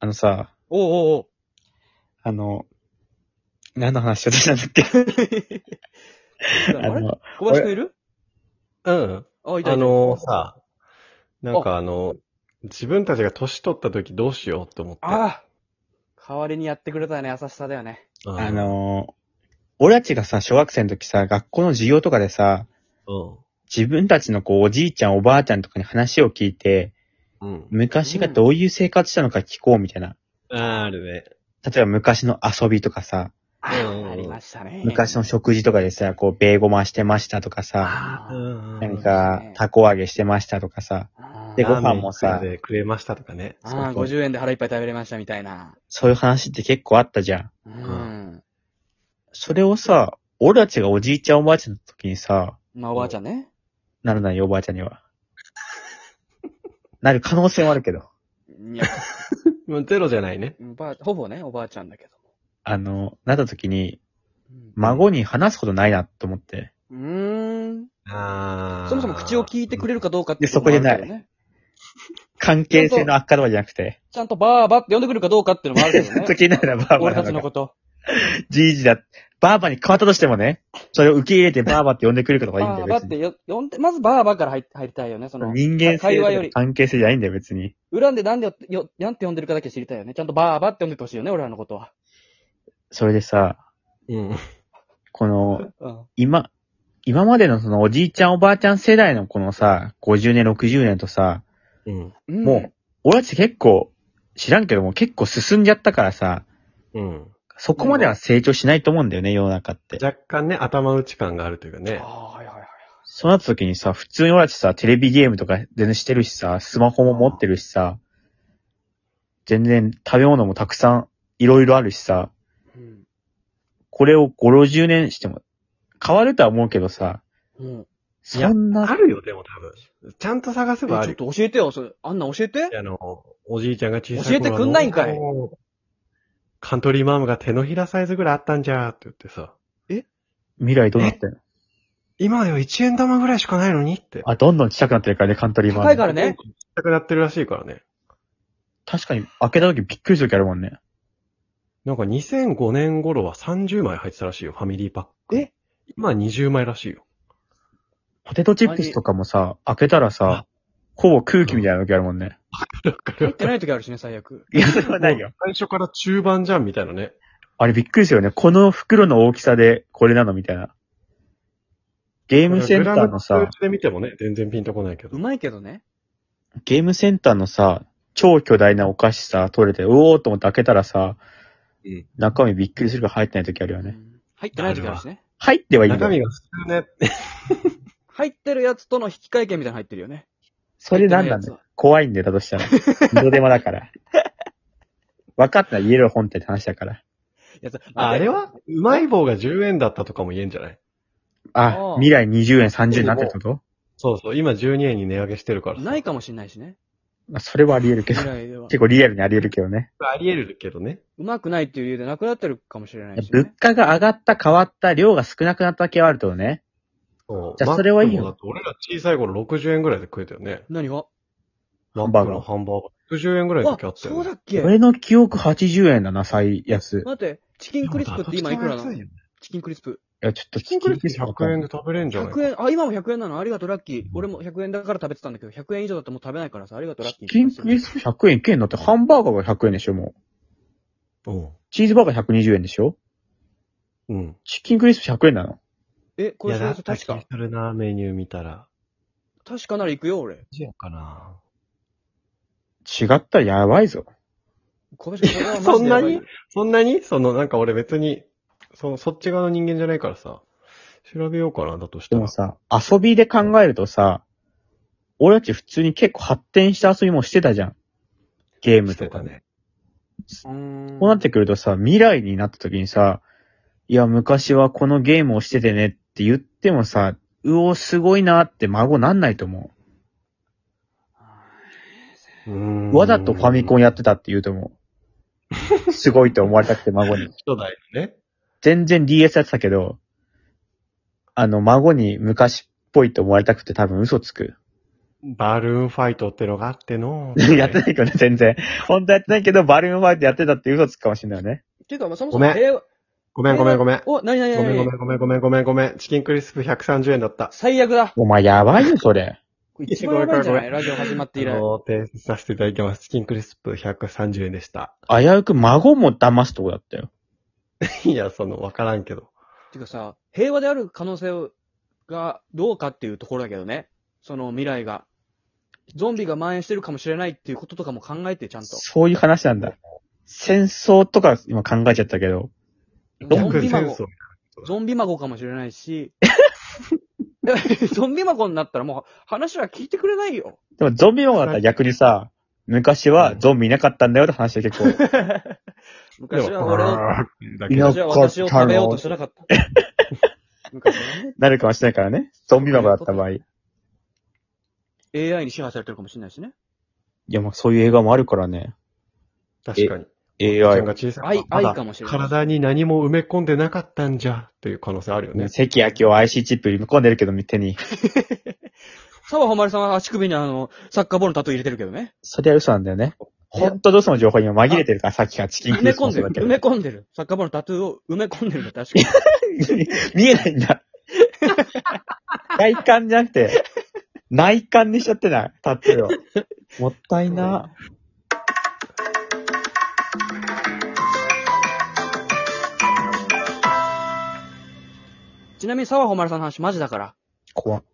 あのさ、 おうおうおう。 何の話しようとしたんだっけあれ小林くんいる？ うん。 あ、いたいた。 さ、なんか自分たちが年取った時どうしようって思って。 ああ。代わりにやってくれたよね、優しさだよね。 俺たちがさ、小学生の時さ、学校の授業とかでさ、自分たちのおじいちゃんおばあちゃんとかに話を聞いて、昔がどういう生活したのか聞こうみたいな。 あるね。 例えば昔の遊びとかさ、 ありましたね。 昔の食事とかでさ、ベーゴマしてましたとかさ、何かタコ揚げしてましたとかさ、で、ご飯もさ、 でくれましたとかね。 50円で腹いっぱい食べれましたみたいな。 そういう話って結構あったじゃん。 それをさ、俺たちがおじいちゃんおばあちゃんの時にさ、 まあおばあちゃんね。 ならないよおばあちゃんには。なる可能性もあるけど。 いや、 もうゼロじゃないね。 ほぼね、おばあちゃんだけど。 なった時に、孫に話すことないなと思って。 そもそも口を聞いてくれるかどうかってそこでない。関係性の悪化とかじゃなくて。 ちゃんとバーバって呼んでくるかどうかっていうのもあるけどね。 時にならバーバ俺たちのこと。 じいじだ。バーバに変わったとしてもね、それを受け入れてバーバって呼んでくれるかとかいいんだよ。 バーバって呼んで、まずバーバから入りたいよね、その。 人間性と関係性じゃないんだよ、別に。 恨んでなんて呼んでるかだけ知りたいよね。ちゃんとバーバって呼んでてほしいよね、俺らのことは。 それでさ、この、今までのそのおじいちゃんおばあちゃん世代のこのさ、50年、60年とさ、もう、俺たち結構、知らんけども結構進んじゃったからさ、そこまでは成長しないと思うんだよね、世の中って。 若干ね、頭打ち感があるというかね。 そうなった時にさ、普通に俺たちさ、テレビゲームとか全然してるしさ、スマホも持ってるしさ、全然食べ物もたくさんいろいろあるしさ、これを5、60年しても変わるとは思うけどさ、そんな。 あるよ、でも多分。ちゃんと探せばある。 ちょっと教えてよ、あんな教えて。 おじいちゃんが小さい頃教えてくんないんかい。 カントリーマームが手のひらサイズぐらいあったんじゃーって言ってさ。 未来どうなってんの？ 今では1円玉ぐらいしかないのにって。 どんどんちっちゃくなってるからね、カントリーマーム。 高いからね。 ちっちゃくなってるらしいからね。 確かに、開けた時びっくりする時あるもんね。 なんか2005年頃は30枚入ってたらしいよ、ファミリーパック。今は20枚らしいよ。 ポテトチップスとかもさ、開けたらさ、ほぼ空気みたいな時あるもんね。 入ってない時あるしね、最悪。 いや、それはないよ。 最初から中盤じゃんみたいなね。 あれびっくりするよね。この袋の大きさでこれなのみたいな。ゲームセンターのさ、 で見てもね、全然ピンとこないけど。 うまいけどね。 ゲームセンターのさ、超巨大なお菓子さ、取れて、うおーと思って開けたらさ、中身びっくりするから入ってない時あるよね。 入ってない時あるしね。 入ってはいいんだよ。 中身が普通ね。 入ってるやつとの引換券みたいなの入ってるよね。 それなんだね。怖いんだよ、だとしたら。どうでもだから。分かったら言える本って話だから。 あれはうまい棒が10円だったとかも言えんじゃない？ 未来20円、30円になってるってこと？ そうそう、今12円に値上げしてるからさ。 ないかもしんないしね。 それはあり得るけど。結構リアルにあり得るけどね。 あり得るけどね。 うまくないっていう理由でなくなってるかもしれないし、 ね。物価が上がった、変わった、量が少なくなった系はあるとね。 そう。 じゃあそれはいいよ。 だって俺ら小さい頃60円ぐらいで食えたよね。 何が？ ハンバーガー。 ハンバーガー。60円ぐらいの時あったよね。 そうだっけ？ 俺の記憶80円だな、最安。 待って、チキンクリスプって今いくらなの？チキンクリスプ。 いや、ちょっとチキンクリスプ100円で食べれんじゃないか。 100円、今も100円なの？ありがとう、ラッキー。俺も100円だから食べてたんだけど、100円以上だったらもう食べないからさ、ありがとう、ラッキー。 チキンクリスプ100円いけんのって、ハンバーガーが100円でしょ、もう。 チーズバーガー120円でしょ？チキンクリスプ100円なの？ これ確か。 するな、メニュー見たら。 確かなら行くよ、俺。 違うかな。 違ったらやばいぞ。 そんなになんか俺別に、そっち側の人間じゃないからさ、調べようかな、だとしたら。 でもさ、遊びで考えるとさ、俺たち普通に結構発展した遊びもしてたじゃん。ゲームとかね。こうなってくるとさ、未来になった時にさ、いや、昔はこのゲームをしててねって言ってもさ、すごいなって孫なんないと思う。わざとファミコンやってたって言うと思う。すごいと思われたくて孫に。 そうだよね。 全然 DS やってたけど、孫に昔っぽいと思われたくて多分嘘つく。 バルーンファイトってのがあっての。 やってないけどね、全然。本当やってないけど、バルーンファイトやってたって嘘つくかもしれないよね。 ていうか、まあ、そもそごめんも平和、 ごめん。 お、なになになにごめん。チキンクリスプ130円だった。 最悪だ。 お前やばいよ、それ。 これ一番やばいんじゃなごめんいラジオ始まって以来。 提出させていただきます。チキンクリスプ130円でした。 危うく孫も騙すとこだったよ。 いや、わからんけど。 てかさ、平和である可能性がどうかっていうところだけどね。その未来が。ゾンビが蔓延してるかもしれないっていうこととかも考えて、ちゃんと。 そういう話なんだ。戦争とか今考えちゃったけど。 ゾンビ孫逆戦争。 ゾンビ孫かもしれないし。ゾンビ孫になったらもう話は聞いてくれないよ。 でもゾンビ孫だったら逆にさ、昔はゾンビいなかったんだよって話で結構。 昔は俺を、 だけど昔は私を食べようとしてなかった。昔はね。 なるかもしれないからね。ゾンビ孫だった場合。い AI に支配されてるかもしれないしね。 や、まあそういう映画もあるからね。 確かに。 AI ちゃんが小さい愛かもしれない。 体に何も埋め込んでなかったんじゃ、という可能性あるよね。 関明夫 IC チップ埋め込んでるけど、手に。 沢ほまりさんは足首にサッカーボールのタトゥー入れてるけどね。 それは嘘なんだよね。ほんと嘘の情報に今紛れてるから、さっきからチキンクリスプだけど。 埋め込んでる。サッカーボールのタトゥーを埋め込んでるんだ、確かに。 見えないんだ。外観じゃなくて、内観にしちゃってない、タトゥーを。もったいな。 ちなみに沢ほまりさんの話マジだから。 怖っ。